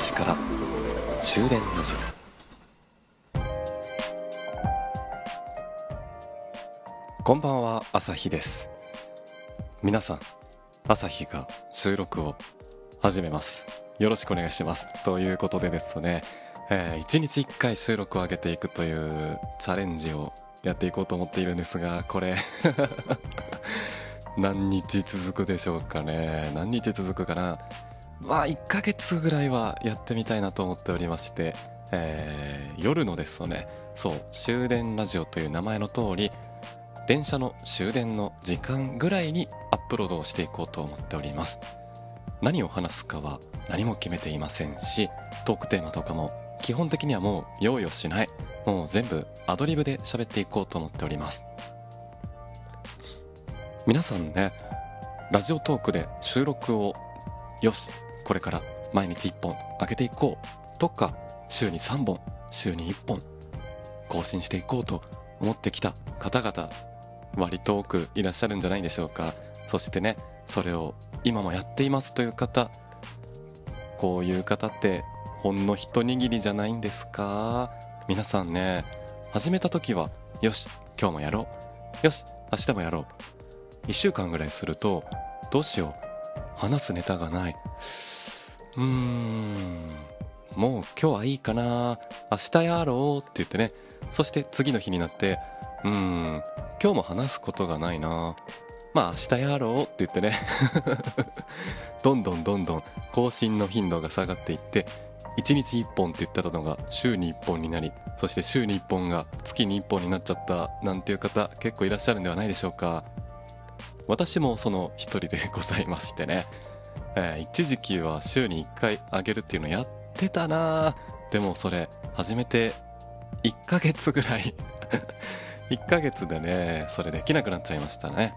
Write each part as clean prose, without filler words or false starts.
始から終電ラジオ。こんばんは、朝日です。皆さん、朝日が収録を始めます。よろしくお願いします。ということでですね、1日1回収録を上げていくというチャレンジをやっていこうと思っているんですが、これ何日続くでしょうかね。何日続くかな。1ヶ月ぐらいはやってみたいなと思っておりまして、夜のですね、終電ラジオという名前の通り、電車の終電の時間ぐらいにアップロードをしていこうと思っております。何を話すかは何も決めていませんし、トークテーマとかも基本的にはもう用意をしない、もう全部アドリブで喋っていこうと思っております。皆さんね、ラジオトークで収録をよし、これから毎日1本上げていこうとか、週に3本、週に1本更新していこうと思ってきた方々、割と多くいらっしゃるんじゃないでしょうか。そしてね、それを今もやっていますという方、こういう方ってほんの一握りじゃないんですか。皆さんね、始めた時はよし今日もやろう、よし明日もやろう、1週間ぐらいすると、どうしよう、話すネタがない、もう今日はいいかな、明日やろうって言ってね、そして次の日になって、今日も話すことがないな、明日やろうって言ってねどんどん更新の頻度が下がっていって、1日1本って言ってたのが週に1本になり、そして週に1本が月に1本になっちゃったなんていう方、結構いらっしゃるんではないでしょうか。私もその一人でございましてね、一時期は週に1回上げるっていうのやってたな。でもそれ始めて1ヶ月ぐらい1ヶ月でね、それできなくなっちゃいましたね。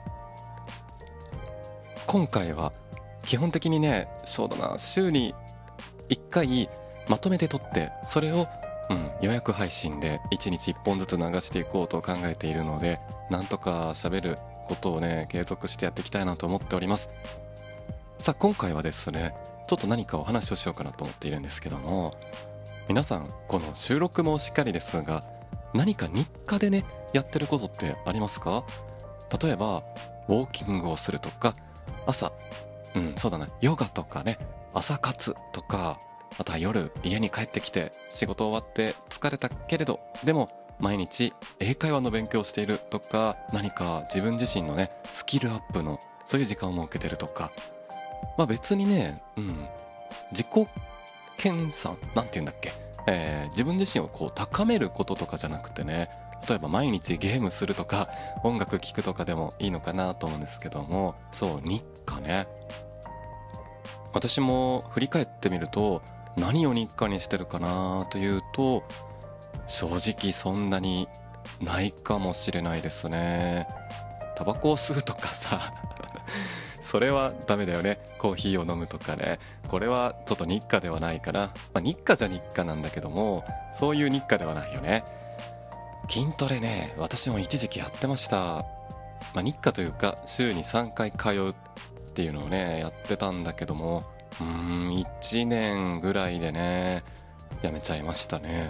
今回は基本的にね、週に1回まとめて撮って、それを、予約配信で1日1本ずつ流していこうと考えているので、なんとか喋ることをね、継続してやっていきたいなと思っております。さあ、今回はですね、ちょっと何かお話をしようかなと思っているんですけども、皆さんこの収録もしっかりですが、何か日課でねやってることってありますか？例えばウォーキングをするとか、朝ヨガとかね、朝活とか、あとは夜家に帰ってきて仕事終わって疲れたけれど、でも毎日英会話の勉強をしているとか、何か自分自身のねスキルアップのそういう時間を設けてるとか、別にね、自己研鑽なんて言うんだっけ、自分自身をこう高めることとかじゃなくてね、例えば毎日ゲームするとか音楽聴くとかでもいいのかなと思うんですけども、日課ね。私も振り返ってみると、何を日課にしてるかなというと、正直そんなにないかもしれないですね。タバコを吸うとかさそれはダメだよね。コーヒーを飲むとかね、これはちょっと日課ではないかな。日課じゃ日課なんだけども、そういう日課ではないよね。筋トレね、私も一時期やってました。日課というか週に3回通うっていうのをねやってたんだけども、1年ぐらいでねやめちゃいましたね。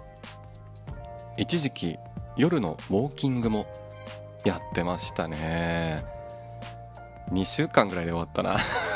一時期夜のウォーキングもやってましたね。2週間ぐらいで終わったな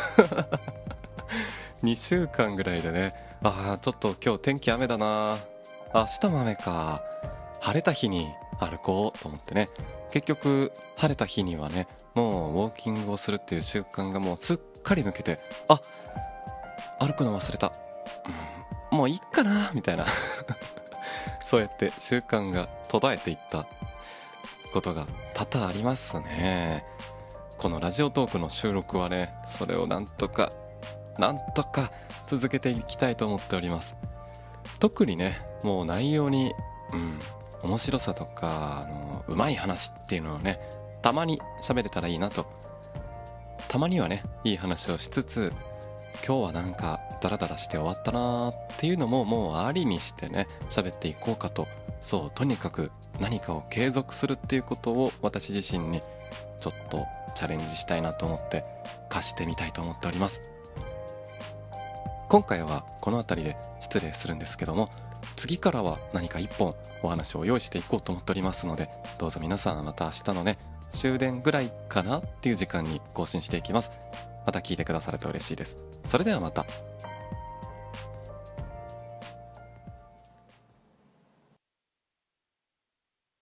2週間ぐらいでね、ちょっと今日天気雨だな、明日も雨か、晴れた日に歩こうと思ってね、結局晴れた日にはね、もうウォーキングをするっていう習慣がもうすっかり抜けて、歩くの忘れた、もういいかなみたいなそうやって習慣が途絶えていったことが多々ありますね。このラジオトークの収録はね、それをなんとか続けていきたいと思っております。特にね、もう内容に面白さとかうまい話っていうのをね、たまに喋れたらいいなと。たまにはね、いい話をしつつ、今日はなんかダラダラして終わったなっていうのももうありにしてね、喋っていこうかと。とにかく何かを継続するっていうことを私自身にちょっとチャレンジしたいなと思って課してみたいと思っております。 今回はこの辺りで失礼するんですけども、次からは何か一本お話を用意していこうと思っておりますので、どうぞ皆さんまた明日のね終電ぐらいかなっていう時間に更新していきます。また聞いてくださると嬉しいです。それではまた。